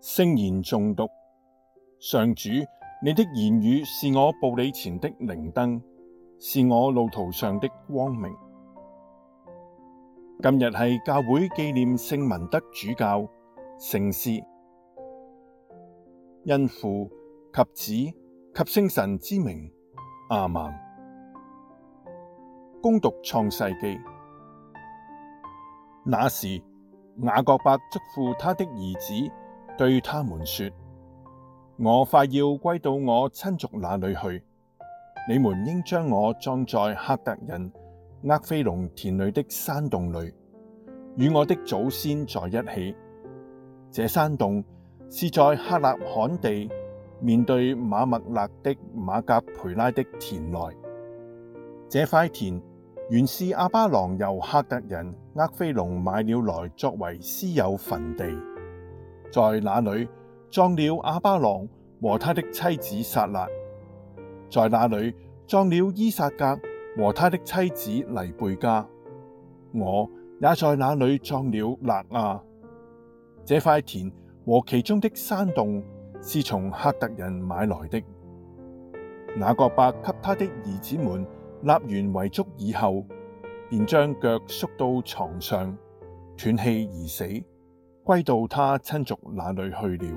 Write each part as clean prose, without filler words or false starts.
聖言誦讀。上主，你的言語是我步履前的靈燈，是我路途上的光明。今日係教會紀念聖文德主教聖師，因父及子及聖神之名，阿們。恭讀創世紀。那時，雅各伯囑咐他的兒子，對他們說：我快要歸到我親族那裏去，你們應將我葬在赫特人厄斐龍田裏的山洞裏，與我的祖先在一起。這山洞是在客納罕地，面對瑪默勒的瑪革培拉的田內。這塊田原是亞巴郎由赫特人厄斐龍買了來作為私有墳地，在那裏葬了亞巴郎和他的妻子撒辣，在那裏葬了依撒格和他的妻子黎貝加，我也在那裏葬了勒亞。這塊田和其中的山洞是從赫特人買來的。雅各伯給他的兒子們立完遺囑以後，便將腳縮到床上，斷氣而死，歸到他親族那裏去了。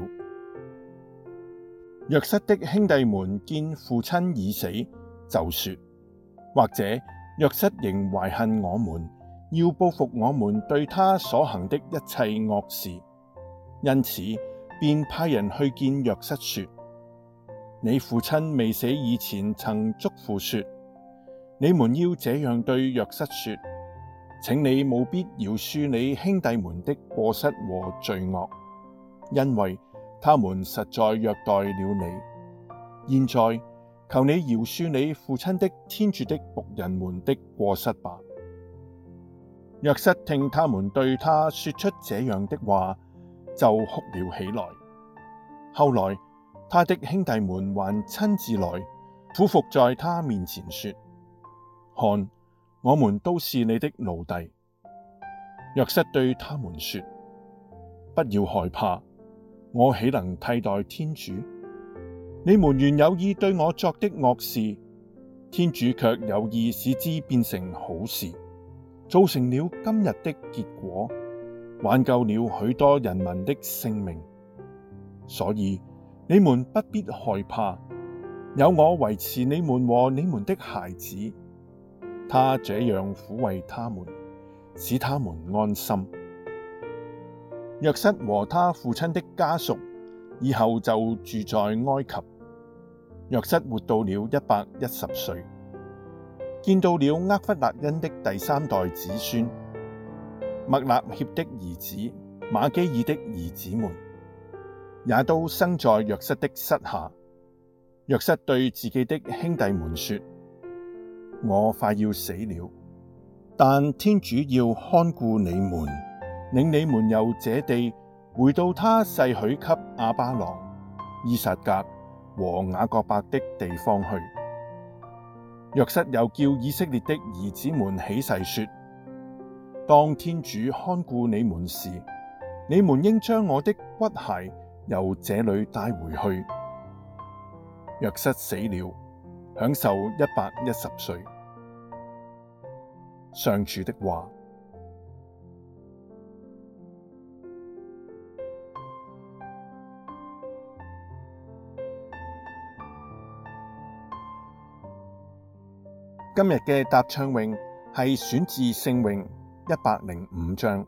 若瑟的兄弟們見父親已死，就說：或者若瑟仍懷恨我們，要報復我們對他所行的一切惡事，因此便派人去見若瑟說：你父親未死以前曾囑咐說，你們要這樣對若瑟說：請你務必饒恕你兄弟們的過失和罪惡，因為他們實在虐待了你。現在求你饒恕你父親的天主的僕人們的過失吧。若瑟聽他們對他說出這樣的話，就哭了起來。後來他的兄弟們還親自來，俯伏在他面前說：看，我們都是你的奴隸。若瑟對他們說：不要害怕，我豈能替代天主？你們原有意對我作的惡事，天主卻有意使之變成好事，造成了今日的結果，挽救了許多人民的性命。所以你們不必害怕，有我維持你們和你們的孩子。他這樣撫慰他們，使他們安心。若瑟和他父親的家屬以後就住在埃及。若瑟活到了110歲，見到了厄弗辣因的第三代子孫，默納協的兒子瑪基耳的兒子們，也都生在若瑟的膝下。若瑟對自己的兄弟們說：我快要死了，但天主要看顧你們，領你們由這地回到他誓許給亞巴郎、依撒格和雅各伯的地方去。若瑟又叫以色列的兒子們起誓說：當天主看顧你們時，你們應將我的骨骸由這裏帶回去。若瑟死了，享壽110歲。上主的話。今日嘅答唱詠係選自聖詠105章。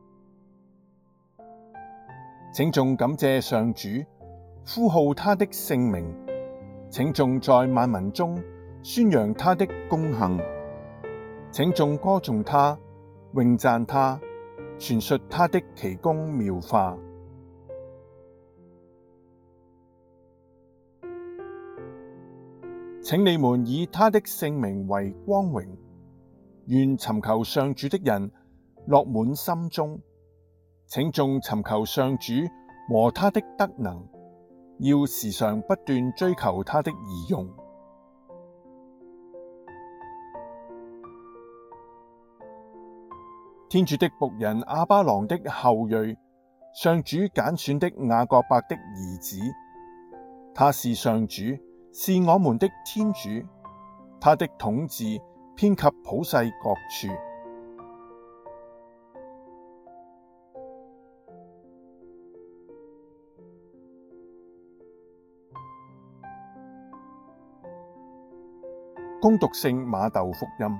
請眾感謝上主，呼號他的聖名，請眾在萬民中宣揚他的功行，請眾歌頌他，詠讚他，傳述他的奇工妙化。請你們以他的聖名為光榮，願尋求上主的人樂滿心中。請眾尋求上主和他的德能，要時常不斷追求他的儀容。天主的僕人亞巴郎的後裔， 上主揀選的雅各伯的兒子。他是上主，是我們的天主，他的統治遍及普世各處。恭讀聖瑪竇福音。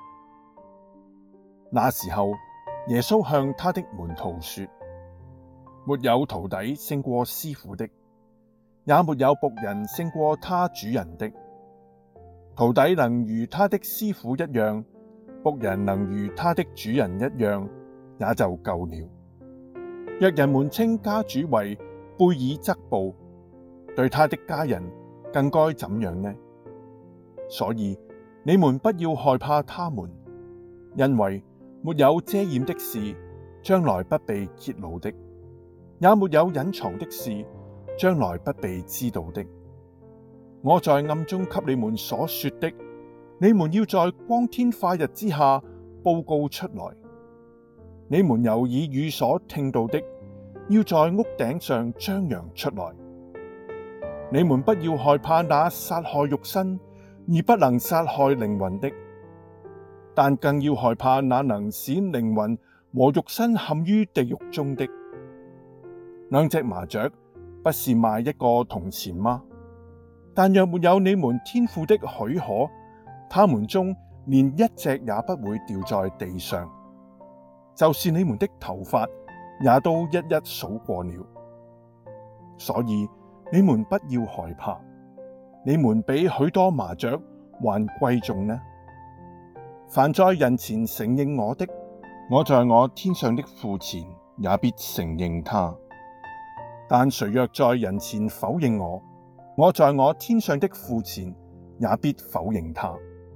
那時候，耶穌向他的門徒說：沒有徒弟勝過師傅的，也沒有僕人勝過他主人的。徒弟能如他的師傅一樣，僕人能如他的主人一樣，也就夠了。若人們稱家主為貝耳則步，對他的家人更該怎樣呢？所以你們不要害怕他們，因為沒有遮掩的事，將來不被揭露的，也沒有隱藏的事，將來不被知道的。我在暗中給你們所說的，你們要在光天化日之下報告出來。你們有耳語所聽到的，要在屋頂上張揚出來。你們不要害怕那殺害肉身，而不能殺害靈魂的，但更要害怕那能使靈魂和肉身陷於地獄中的。兩隻麻雀不是賣一個銅錢嗎？但若沒有你們天父的許可，它們中連一隻也不會掉在地上。就是你們的頭髮也都一一數過了。所以你們不要害怕，你們比許多麻雀還貴重呢。凡在人前承認我的，我在我天上的父前也必承認他。但誰若在人前否認我，我在我天上的父前也必否認他。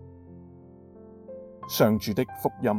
上主的福音。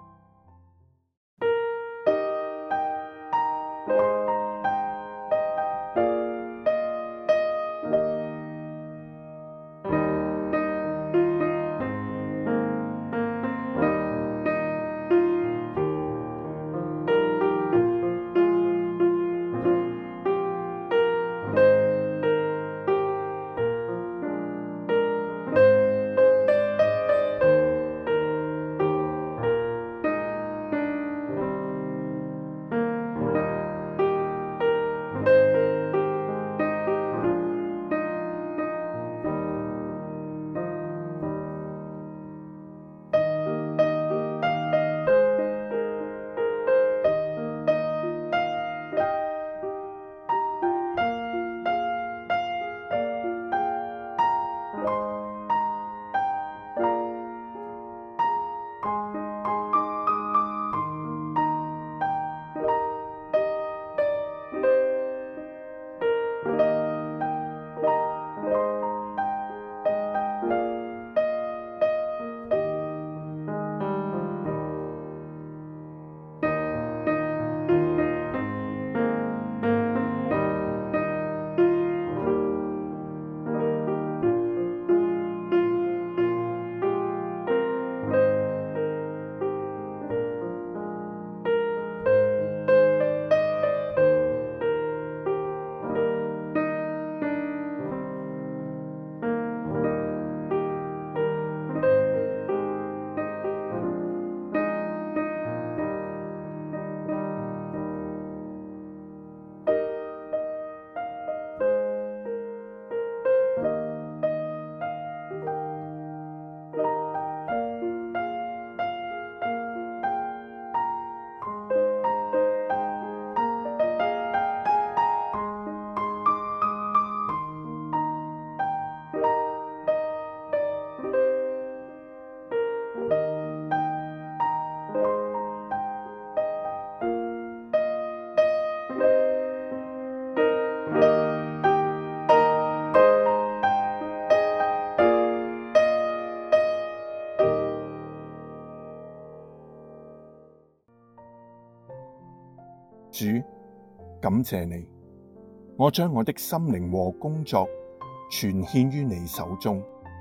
主，感謝你，我將我的心靈和工作全獻於你手中。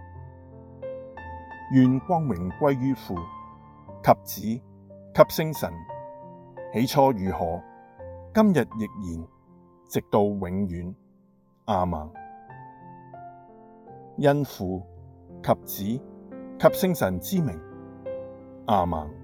願光榮歸於父及子及聖神，起初如何， 今日亦然，直到永遠。阿們。因父及子及聖神之名。阿們。